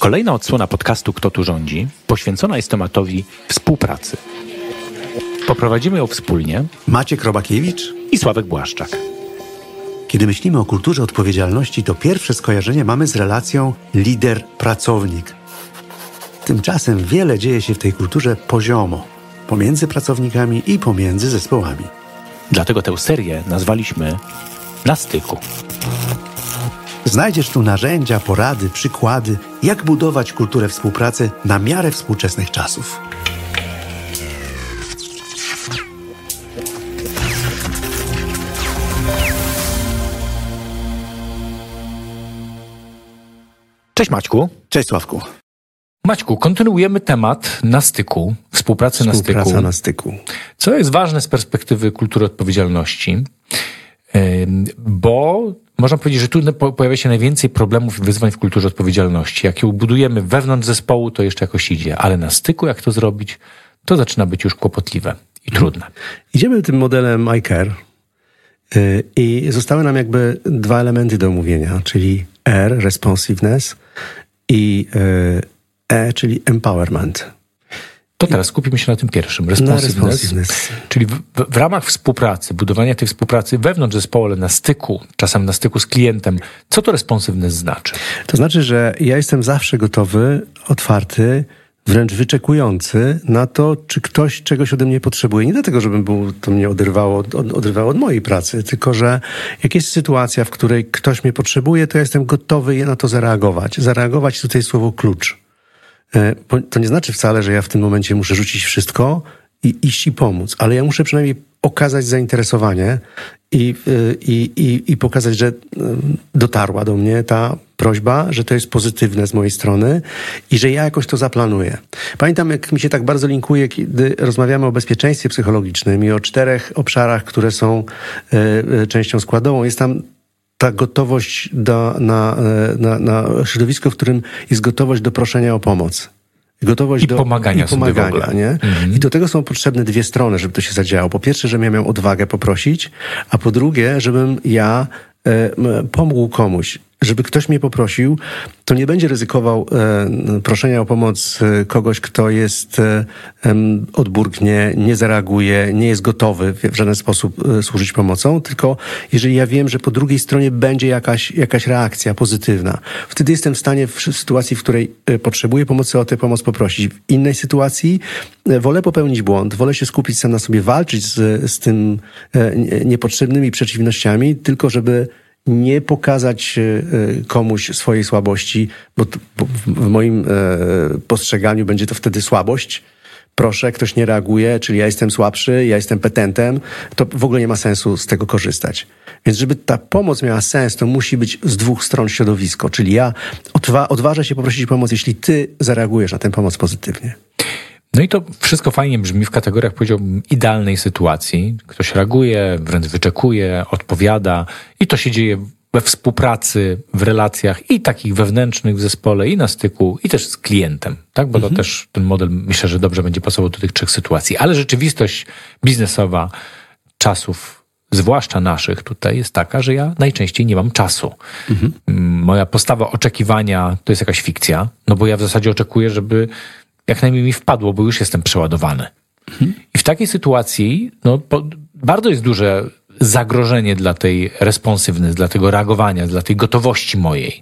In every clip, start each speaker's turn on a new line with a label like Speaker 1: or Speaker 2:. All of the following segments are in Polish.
Speaker 1: Kolejna odsłona podcastu Kto tu rządzi poświęcona jest tematowi współpracy. Poprowadzimy ją wspólnie
Speaker 2: Maciek Robakiewicz
Speaker 1: i Sławek Błaszczak.
Speaker 2: Kiedy myślimy o kulturze odpowiedzialności, to pierwsze skojarzenie mamy z relacją lider-pracownik. Tymczasem wiele dzieje się w tej kulturze poziomo, pomiędzy pracownikami i pomiędzy zespołami.
Speaker 1: Dlatego tę serię nazwaliśmy Na styku.
Speaker 2: Znajdziesz tu narzędzia, porady, przykłady, jak budować kulturę współpracy na miarę współczesnych czasów.
Speaker 1: Cześć Maćku.
Speaker 2: Cześć Sławku.
Speaker 1: Maćku, kontynuujemy temat na styku, współpraca
Speaker 2: na styku.
Speaker 1: Co jest ważne z perspektywy kultury odpowiedzialności, bo można powiedzieć, że tu pojawia się najwięcej problemów i wyzwań w kulturze odpowiedzialności. Jak ją budujemy wewnątrz zespołu, to jeszcze jakoś idzie, ale na styku jak to zrobić, to zaczyna być już kłopotliwe i trudne.
Speaker 2: Idziemy tym modelem iCare i zostały nam jakby dwa elementy do omówienia, czyli R, responsiveness i E, czyli empowerment.
Speaker 1: To teraz skupimy się na tym pierwszym, responsiveness. Czyli w ramach współpracy, budowania tej współpracy wewnątrz zespołu, ale na styku, czasem na styku z klientem, co to responsiveness znaczy?
Speaker 2: To znaczy, że ja jestem zawsze gotowy, otwarty, wręcz wyczekujący na to, czy ktoś czegoś ode mnie potrzebuje. Nie dlatego, żebym to mnie odrywało od mojej pracy, tylko że jak jest sytuacja, w której ktoś mnie potrzebuje, to ja jestem gotowy na to zareagować. Zareagować tutaj słowo klucz. To nie znaczy wcale, że ja w tym momencie muszę rzucić wszystko i iść i pomóc, ale ja muszę przynajmniej okazać zainteresowanie i pokazać, że dotarła do mnie ta prośba, że to jest pozytywne z mojej strony i że ja jakoś to zaplanuję. Pamiętam, jak mi się tak bardzo linkuje, kiedy rozmawiamy o bezpieczeństwie psychologicznym i o 4 obszarach, które są częścią składową. Jest tam ta gotowość na środowisko, w którym jest gotowość do proszenia o pomoc. Gotowość do
Speaker 1: pomagania
Speaker 2: nie? I do tego są potrzebne 2 strony, żeby to się zadziało. Po pierwsze, żebym ja miał odwagę poprosić, a po drugie, żebym ja pomógł komuś. Żeby ktoś mnie poprosił, to nie będzie ryzykował proszenia o pomoc kogoś, kto jest odburknie, nie zareaguje, nie jest gotowy w żaden sposób służyć pomocą, tylko jeżeli ja wiem, że po drugiej stronie będzie jakaś reakcja pozytywna, wtedy jestem w stanie w sytuacji, w której potrzebuję pomocy, o tę pomoc poprosić. W innej sytuacji wolę popełnić błąd, wolę się skupić sam na sobie, walczyć z tym niepotrzebnymi przeciwnościami, tylko żeby nie pokazać komuś swojej słabości, bo w moim postrzeganiu będzie to wtedy słabość. Proszę, ktoś nie reaguje, czyli ja jestem słabszy, ja jestem petentem, to w ogóle nie ma sensu z tego korzystać. Więc żeby ta pomoc miała sens, to musi być z 2 stron środowisko, czyli ja odważę się poprosić o pomoc, jeśli ty zareagujesz na tę pomoc pozytywnie.
Speaker 1: No i to wszystko fajnie brzmi w kategoriach, powiedziałbym, idealnej sytuacji. Ktoś reaguje, wręcz wyczekuje, odpowiada i to się dzieje we współpracy, w relacjach i takich wewnętrznych w zespole, i na styku, i też z klientem, tak? Bo to też ten model, myślę, że dobrze będzie pasował do tych 3 sytuacji. Ale rzeczywistość biznesowa czasów, zwłaszcza naszych tutaj, jest taka, że ja najczęściej nie mam czasu. Moja postawa oczekiwania to jest jakaś fikcja, no bo ja w zasadzie oczekuję, żeby jak najmniej mi wpadło, bo już jestem przeładowany. I w takiej sytuacji bardzo jest duże zagrożenie dla tej responsywnej, dla tego reagowania, dla tej gotowości mojej.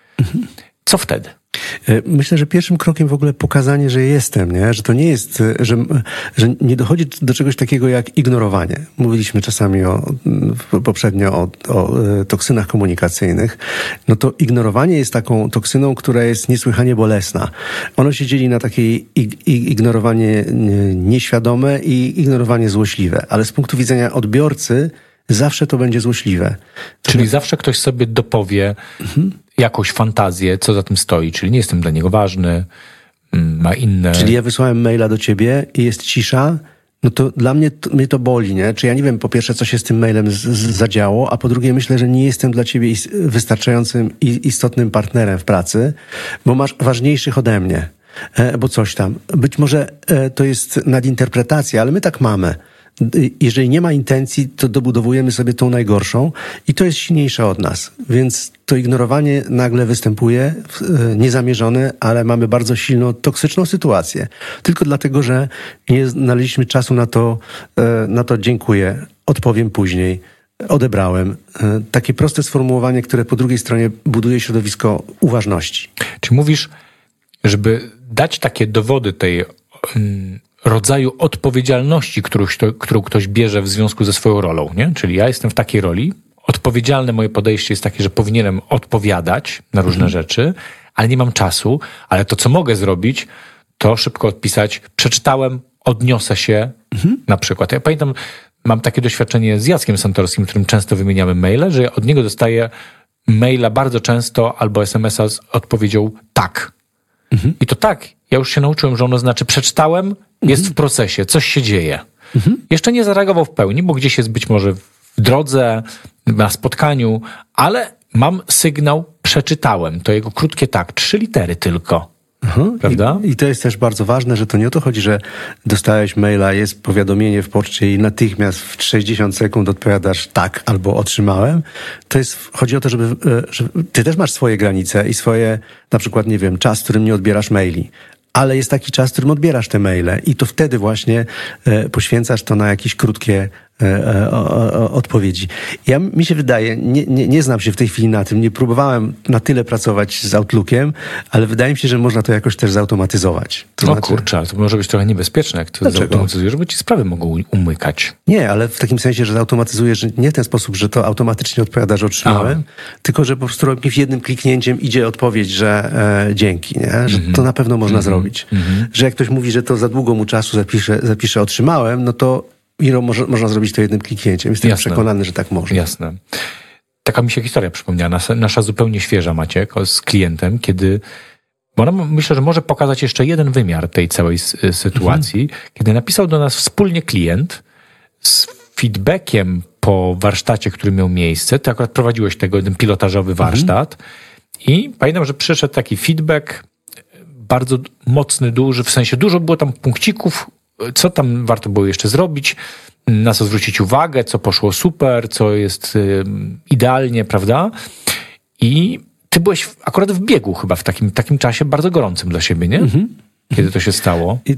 Speaker 1: Co wtedy?
Speaker 2: Myślę, że pierwszym krokiem w ogóle pokazanie, że jestem, nie? Że to nie jest, że nie dochodzi do czegoś takiego jak ignorowanie. Mówiliśmy czasami poprzednio o toksynach komunikacyjnych. No to ignorowanie jest taką toksyną, która jest niesłychanie bolesna. Ono się dzieli na takie ignorowanie nieświadome i ignorowanie złośliwe. Ale z punktu widzenia odbiorcy zawsze to będzie złośliwe.
Speaker 1: Czyli zawsze ktoś sobie dopowie jakąś fantazję, co za tym stoi. Czyli nie jestem dla niego ważny, ma inne...
Speaker 2: Czyli ja wysłałem maila do ciebie i jest cisza, no to dla mnie to boli, nie? Czy ja nie wiem, po pierwsze, co się z tym mailem zadziało, a po drugie myślę, że nie jestem dla ciebie wystarczającym i istotnym partnerem w pracy, bo masz ważniejszych ode mnie, bo coś tam. Być może to jest nadinterpretacja, ale my tak mamy. jeżeli nie ma intencji, to dobudowujemy sobie tą najgorszą i to jest silniejsze od nas. Więc to ignorowanie nagle występuje, niezamierzone, ale mamy bardzo silną, toksyczną sytuację. Tylko dlatego, że nie znaleźliśmy czasu na to dziękuję, odpowiem później, odebrałem. Takie proste sformułowanie, które po drugiej stronie buduje środowisko uważności.
Speaker 1: Czy mówisz, żeby dać takie dowody tej rodzaju odpowiedzialności, którą ktoś bierze w związku ze swoją rolą, nie? Czyli ja jestem w takiej roli, odpowiedzialne moje podejście jest takie, że powinienem odpowiadać na różne rzeczy, ale nie mam czasu, ale to, co mogę zrobić, to szybko odpisać, przeczytałem, odniosę się na przykład. Ja pamiętam, mam takie doświadczenie z Jackiem Santorskim, którym często wymieniamy maile, że od niego dostaję maila bardzo często albo SMS-a z odpowiedzią tak. I to tak, ja już się nauczyłem, że ono znaczy przeczytałem, jest w procesie, coś się dzieje. Jeszcze nie zareagował w pełni, bo gdzieś jest być może w drodze, na spotkaniu, ale mam sygnał, przeczytałem. To jego krótkie tak, 3 litery tylko. Prawda?
Speaker 2: I to jest też bardzo ważne, że to nie o to chodzi, że dostałeś maila, jest powiadomienie w poczcie i natychmiast w 60 sekund odpowiadasz tak albo otrzymałem. Chodzi o to, że ty też masz swoje granice i swoje, na przykład, nie wiem, czas, w którym nie odbierasz maili. Ale jest taki czas, w którym odbierasz te maile i to wtedy właśnie poświęcasz to na jakieś krótkie odpowiedzi. Mi się wydaje, nie znam się w tej chwili na tym, nie próbowałem na tyle pracować z Outlookiem, ale wydaje mi się, że można to jakoś też zautomatyzować.
Speaker 1: Kurczę, to może być trochę niebezpieczne, jak to zautomatyzujesz, bo ci sprawy mogą umykać.
Speaker 2: Nie, ale w takim sensie, że zautomatyzujesz nie w ten sposób, że to automatycznie odpowiada, że otrzymałem, tylko że po prostu jednym kliknięciem idzie odpowiedź, że dzięki, nie? Że to na pewno można zrobić. Że jak ktoś mówi, że to za długo mu czasu zapisze otrzymałem, no to można zrobić to jednym kliknięciem. Jestem przekonany, że tak można.
Speaker 1: Jasne. Taka mi się historia przypomniała, nasza zupełnie świeża, Maciek, z klientem, bo ona, myślę, że może pokazać jeszcze jeden wymiar tej całej sytuacji, kiedy napisał do nas wspólnie klient z feedbackiem po warsztacie, który miał miejsce. Ty akurat prowadziłeś ten pilotażowy warsztat i pamiętam, że przyszedł taki feedback bardzo mocny, duży, w sensie dużo było tam punkcików, co tam warto było jeszcze zrobić, na co zwrócić uwagę, co poszło super, co jest idealnie, prawda? I ty byłeś akurat w biegu chyba w takim czasie bardzo gorącym dla siebie, nie? Kiedy to się stało.
Speaker 2: I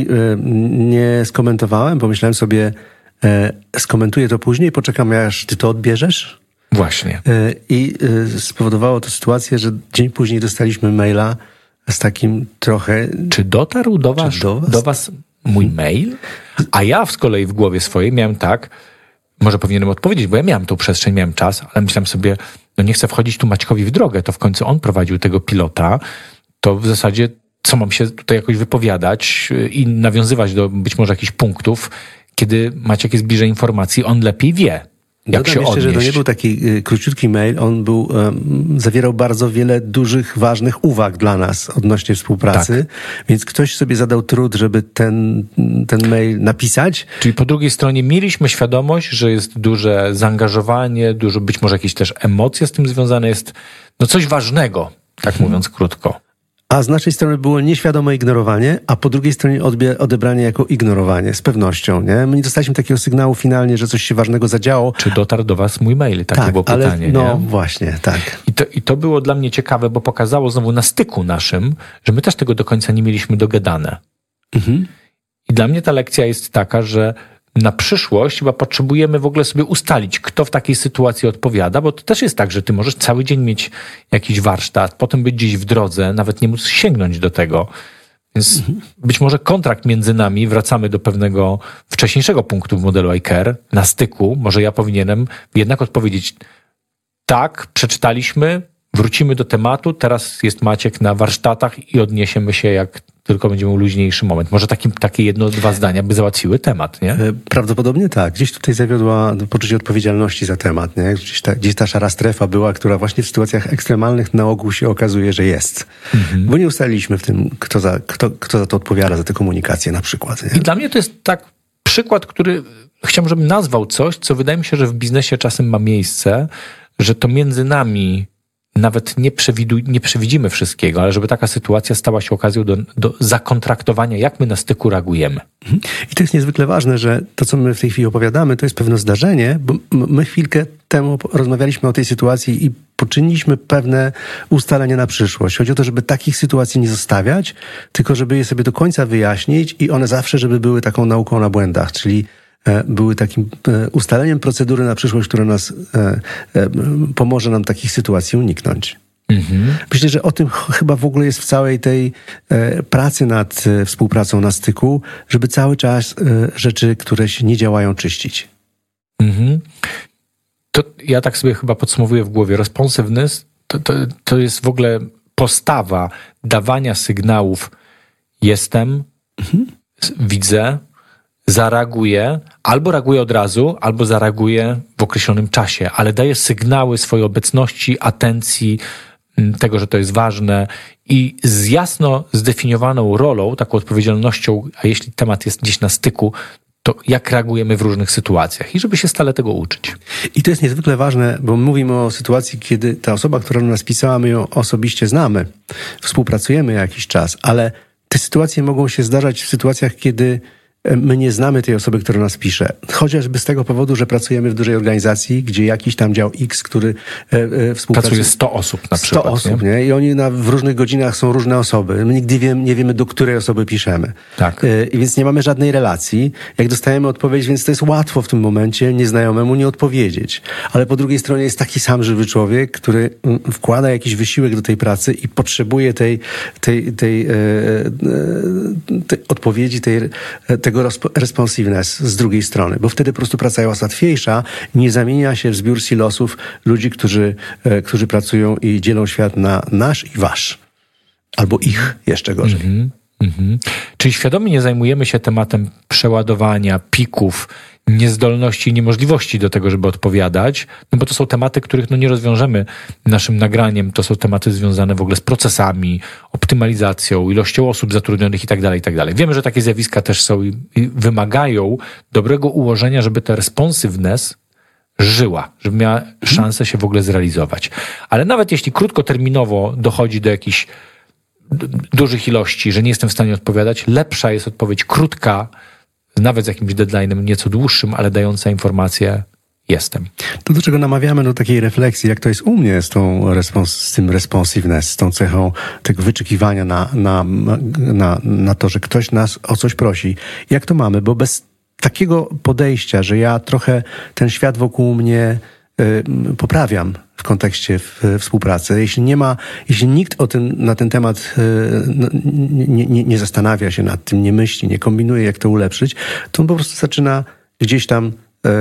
Speaker 2: nie skomentowałem, pomyślałem sobie, skomentuję to później, poczekam aż ty to odbierzesz.
Speaker 1: Właśnie.
Speaker 2: I spowodowało to sytuację, że dzień później dostaliśmy maila z takim trochę...
Speaker 1: Czy dotarł do was mój mail? A ja z kolei w głowie swojej miałem tak, może powinienem odpowiedzieć, bo ja miałem tą przestrzeń, miałem czas, ale myślałem sobie, nie chcę wchodzić tu Maćkowi w drogę, to w końcu on prowadził tego pilota, to w zasadzie co mam się tutaj jakoś wypowiadać i nawiązywać do być może jakichś punktów, kiedy Maciek jest bliżej informacji, on lepiej wie, jak się odnieść.
Speaker 2: Że to nie był taki króciutki mail, on zawierał bardzo wiele dużych, ważnych uwag dla nas odnośnie współpracy, więc ktoś sobie zadał trud, żeby ten mail napisać.
Speaker 1: Czyli po drugiej stronie mieliśmy świadomość, że jest duże zaangażowanie, dużo być może jakieś też emocje z tym związane, jest coś ważnego, tak mówiąc krótko.
Speaker 2: A z naszej strony było nieświadome ignorowanie, a po drugiej stronie odebranie jako ignorowanie, z pewnością, nie? My nie dostaliśmy takiego sygnału finalnie, że coś się ważnego zadziało.
Speaker 1: Czy dotarł do was mój mail? Takie było pytanie,
Speaker 2: ale właśnie, tak.
Speaker 1: I to było dla mnie ciekawe, bo pokazało znowu na styku naszym, że my też tego do końca nie mieliśmy dogadane. I dla mnie ta lekcja jest taka, że na przyszłość chyba potrzebujemy w ogóle sobie ustalić, kto w takiej sytuacji odpowiada, bo to też jest tak, że ty możesz cały dzień mieć jakiś warsztat, potem być gdzieś w drodze, nawet nie móc sięgnąć do tego. Więc być może kontrakt między nami, wracamy do pewnego wcześniejszego punktu w modelu iCare, na styku, może ja powinienem jednak odpowiedzieć tak, przeczytaliśmy, wrócimy do tematu, teraz jest Maciek na warsztatach i odniesiemy się, jak tylko będzie miał luźniejszy moment. Może takie 1-2 zdania by załatwiły temat, nie?
Speaker 2: Prawdopodobnie tak. Gdzieś tutaj zawiodła poczucie odpowiedzialności za temat, nie? Gdzieś ta szara strefa była, która właśnie w sytuacjach ekstremalnych na ogół się okazuje, że jest. Bo nie ustaliliśmy w tym, kto za to odpowiada, za tę komunikację na przykład. Nie?
Speaker 1: I dla mnie to jest tak przykład, który chciałbym, żebym nazwał coś, co wydaje mi się, że w biznesie czasem ma miejsce, że to między nami nawet nie przewidzimy wszystkiego, ale żeby taka sytuacja stała się okazją do zakontraktowania, jak my na styku reagujemy.
Speaker 2: I to jest niezwykle ważne, że to, co my w tej chwili opowiadamy, to jest pewne zdarzenie, bo my chwilkę temu rozmawialiśmy o tej sytuacji i poczyniliśmy pewne ustalenia na przyszłość. Chodzi o to, żeby takich sytuacji nie zostawiać, tylko żeby je sobie do końca wyjaśnić i one zawsze, żeby były taką nauką na błędach, czyli były takim ustaleniem procedury na przyszłość, która nas pomoże nam takich sytuacji uniknąć. Myślę, że o tym chyba w ogóle jest w całej tej pracy nad współpracą na styku, żeby cały czas rzeczy, które się nie działają, czyścić.
Speaker 1: To ja tak sobie chyba podsumowuję w głowie. Responsiveness to jest w ogóle postawa dawania sygnałów jestem, widzę, zareaguję, albo reaguję od razu, albo zareaguję w określonym czasie, ale daję sygnały swojej obecności, atencji, tego, że to jest ważne i z jasno zdefiniowaną rolą, taką odpowiedzialnością, a jeśli temat jest gdzieś na styku, to jak reagujemy w różnych sytuacjach i żeby się stale tego uczyć.
Speaker 2: I to jest niezwykle ważne, bo mówimy o sytuacji, kiedy ta osoba, która do nas pisała, my ją osobiście znamy, współpracujemy jakiś czas, ale te sytuacje mogą się zdarzać w sytuacjach, kiedy my nie znamy tej osoby, która nas pisze. Chociażby z tego powodu, że pracujemy w dużej organizacji, gdzie jakiś tam dział X, który współpracuje...
Speaker 1: Pracuje 100 osób na przykład.
Speaker 2: 100 osób, nie? I oni w różnych godzinach są różne osoby. My nigdy nie wiemy, do której osoby piszemy.
Speaker 1: Tak.
Speaker 2: I więc nie mamy żadnej relacji. Jak dostajemy odpowiedź, więc to jest łatwo w tym momencie nieznajomemu nie odpowiedzieć. Ale po drugiej stronie jest taki sam żywy człowiek, który wkłada jakiś wysiłek do tej pracy i potrzebuje tej odpowiedzi, tego responsiveness z drugiej strony, bo wtedy po prostu praca jest łatwiejsza, nie zamienia się w zbiór silosów ludzi, którzy pracują i dzielą świat na nasz i wasz. Albo ich jeszcze gorzej.
Speaker 1: Czyli świadomie nie zajmujemy się tematem przeładowania, pików, niezdolności i niemożliwości do tego, żeby odpowiadać, no bo to są tematy, których nie rozwiążemy naszym nagraniem. To są tematy związane w ogóle z procesami, optymalizacją, ilością osób zatrudnionych i tak dalej. Wiemy, że takie zjawiska też są i wymagają dobrego ułożenia, żeby ta responsiveness żyła, żeby miała szansę się w ogóle zrealizować. Ale nawet jeśli krótkoterminowo dochodzi do jakichś dużych ilości, że nie jestem w stanie odpowiadać, lepsza jest odpowiedź krótka, nawet z jakimś deadline'em nieco dłuższym, ale dająca informację jestem.
Speaker 2: To, do czego namawiamy do takiej refleksji, jak to jest u mnie z tym responsiveness, z tą cechą tego wyczekiwania na to, że ktoś nas o coś prosi. Jak to mamy? Bo bez takiego podejścia, że ja trochę ten świat wokół mnie poprawiam w kontekście współpracy. Jeśli nikt na ten temat nie zastanawia się nad tym, nie myśli, nie kombinuje, jak to ulepszyć, to on po prostu zaczyna gdzieś tam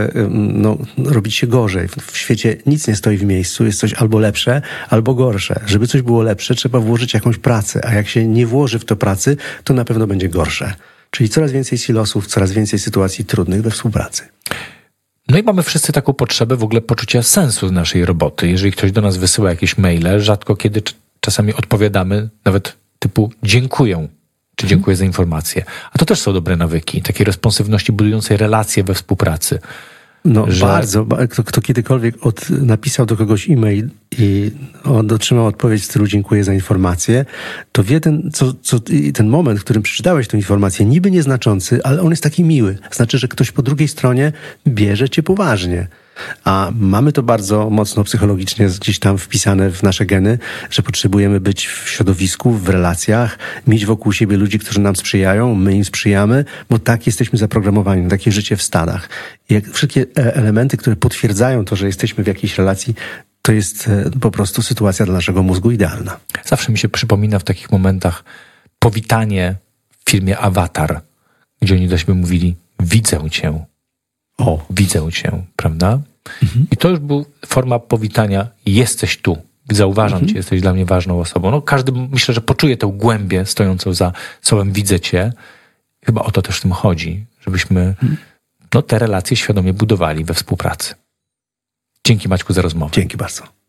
Speaker 2: robić się gorzej. W świecie nic nie stoi w miejscu, jest coś albo lepsze, albo gorsze. Żeby coś było lepsze, trzeba włożyć jakąś pracę, a jak się nie włoży w to pracy, to na pewno będzie gorsze. Czyli coraz więcej silosów, coraz więcej sytuacji trudnych we współpracy.
Speaker 1: No i mamy wszyscy taką potrzebę w ogóle poczucia sensu naszej roboty. Jeżeli ktoś do nas wysyła jakieś maile, rzadko kiedy czasami odpowiadamy, nawet typu dziękuję, czy dziękuję za informację. A to też są dobre nawyki, takiej responsywności budującej relacje we współpracy.
Speaker 2: Bardzo. Kto kiedykolwiek napisał do kogoś e-mail i otrzymał odpowiedź w stylu dziękuję za informację, to wie ten moment, w którym przeczytałeś tę informację, niby nieznaczący, ale on jest taki miły. Znaczy, że ktoś po drugiej stronie bierze cię poważnie. A mamy to bardzo mocno psychologicznie gdzieś tam wpisane w nasze geny, że potrzebujemy być w środowisku, w relacjach, mieć wokół siebie ludzi, którzy nam sprzyjają, my im sprzyjamy, bo tak jesteśmy zaprogramowani na takie życie w stadach. I jak wszystkie elementy, które potwierdzają to, że jesteśmy w jakiejś relacji, to jest po prostu sytuacja dla naszego mózgu idealna.
Speaker 1: Zawsze mi się przypomina w takich momentach powitanie w filmie Avatar, gdzie oni do siebie mówili widzę cię. Widzę cię, prawda? I to już była forma powitania. Jesteś tu. Zauważam cię, jesteś dla mnie ważną osobą. Każdy, myślę, że poczuje tę głębię stojącą za słowem widzę cię. Chyba o to też w tym chodzi, żebyśmy te relacje świadomie budowali we współpracy. Dzięki, Maćku, za rozmowę.
Speaker 2: Dzięki bardzo.